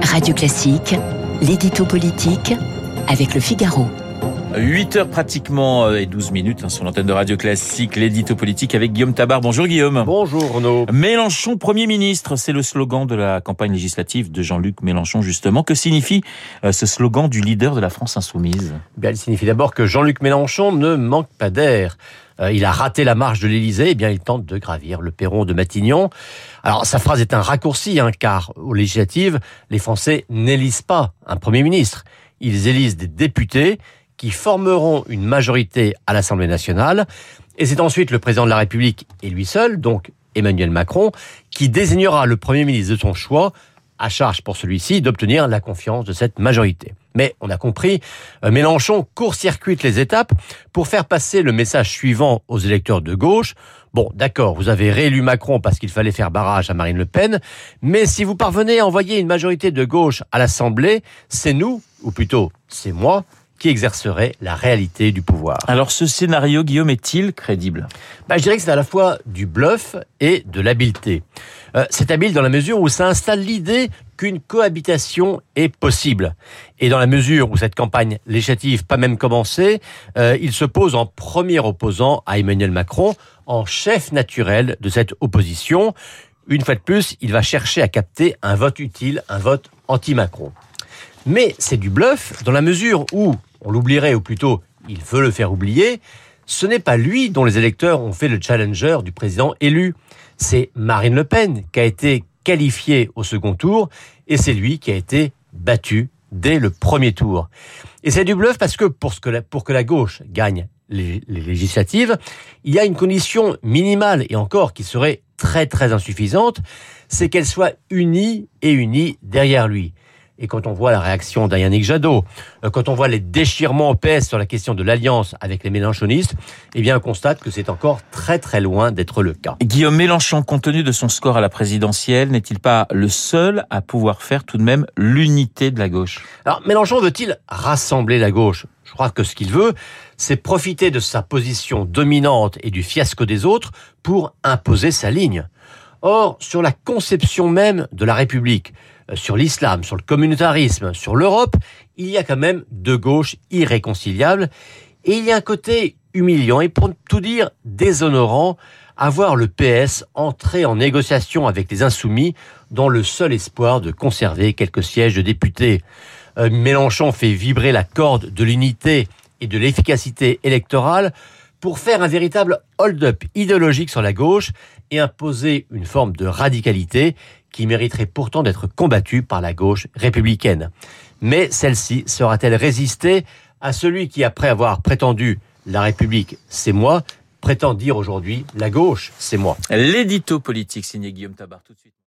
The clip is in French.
Radio Classique, l'édito politique avec Le Figaro. 8h pratiquement et 12 minutes sur l'antenne de Radio Classique, l'édito politique avec Guillaume Tabar. Bonjour Guillaume. Bonjour Renaud. Mélenchon Premier ministre, c'est le slogan de la campagne législative de Jean-Luc Mélenchon justement. Que signifie ce slogan du leader de la France insoumise ? Bien, il signifie d'abord que Jean-Luc Mélenchon ne manque pas d'air. Il a raté la marche de l'Élysée, bien il tente de gravir le perron de Matignon. Alors sa phrase est un raccourci, car aux législatives, les Français n'élisent pas un Premier ministre. Ils élisent des députés qui formeront une majorité à l'Assemblée nationale. Et c'est ensuite le président de la République et lui seul, donc Emmanuel Macron, qui désignera le Premier ministre de son choix, à charge pour celui-ci d'obtenir la confiance de cette majorité. Mais on a compris, Mélenchon court-circuite les étapes pour faire passer le message suivant aux électeurs de gauche. Bon, d'accord, vous avez réélu Macron parce qu'il fallait faire barrage à Marine Le Pen, mais si vous parvenez à envoyer une majorité de gauche à l'Assemblée, c'est nous, ou plutôt c'est moi, qui exercerait la réalité du pouvoir. Alors ce scénario, Guillaume, est-il crédible ? Je dirais que c'est à la fois du bluff et de l'habileté. C'est habile dans la mesure où ça installe l'idée qu'une cohabitation est possible. Et dans la mesure où cette campagne législative, pas même commencée, il se pose en premier opposant à Emmanuel Macron, en chef naturel de cette opposition. Une fois de plus, il va chercher à capter un vote utile, un vote anti-Macron. Mais c'est du bluff dans la mesure où, on l'oublierait, ou plutôt, il veut le faire oublier, ce n'est pas lui dont les électeurs ont fait le challenger du président élu. C'est Marine Le Pen qui a été qualifiée au second tour et c'est lui qui a été battu dès le premier tour. Et c'est du bluff parce que pour que la gauche gagne les législatives, il y a une condition minimale et encore qui serait très très insuffisante, c'est qu'elle soit unie derrière lui. Et quand on voit la réaction d'Yannick Jadot, quand on voit les déchirements au PS sur la question de l'alliance avec les mélenchonistes, on constate que c'est encore très très loin d'être le cas. Guillaume, Mélenchon, compte tenu de son score à la présidentielle, n'est-il pas le seul à pouvoir faire tout de même l'unité de la gauche ? Alors Mélenchon veut-il rassembler la gauche ? Je crois que ce qu'il veut, c'est profiter de sa position dominante et du fiasco des autres pour imposer sa ligne. Or, sur la conception même de la République, sur l'islam, sur le communautarisme, sur l'Europe, il y a quand même deux gauches irréconciliables. Et il y a un côté humiliant et pour tout dire déshonorant à voir le PS entrer en négociation avec les Insoumis dans le seul espoir de conserver quelques sièges de députés. Mélenchon fait vibrer la corde de l'unité et de l'efficacité électorale pour faire un véritable hold-up idéologique sur la gauche et imposer une forme de radicalité qui mériterait pourtant d'être combattue par la gauche républicaine. Mais celle-ci saura-t-elle résister à celui qui, après avoir prétendu « la République, c'est moi », prétend dire aujourd'hui « la gauche, c'est moi ». L'édito politique signé Guillaume Tabar tout de suite.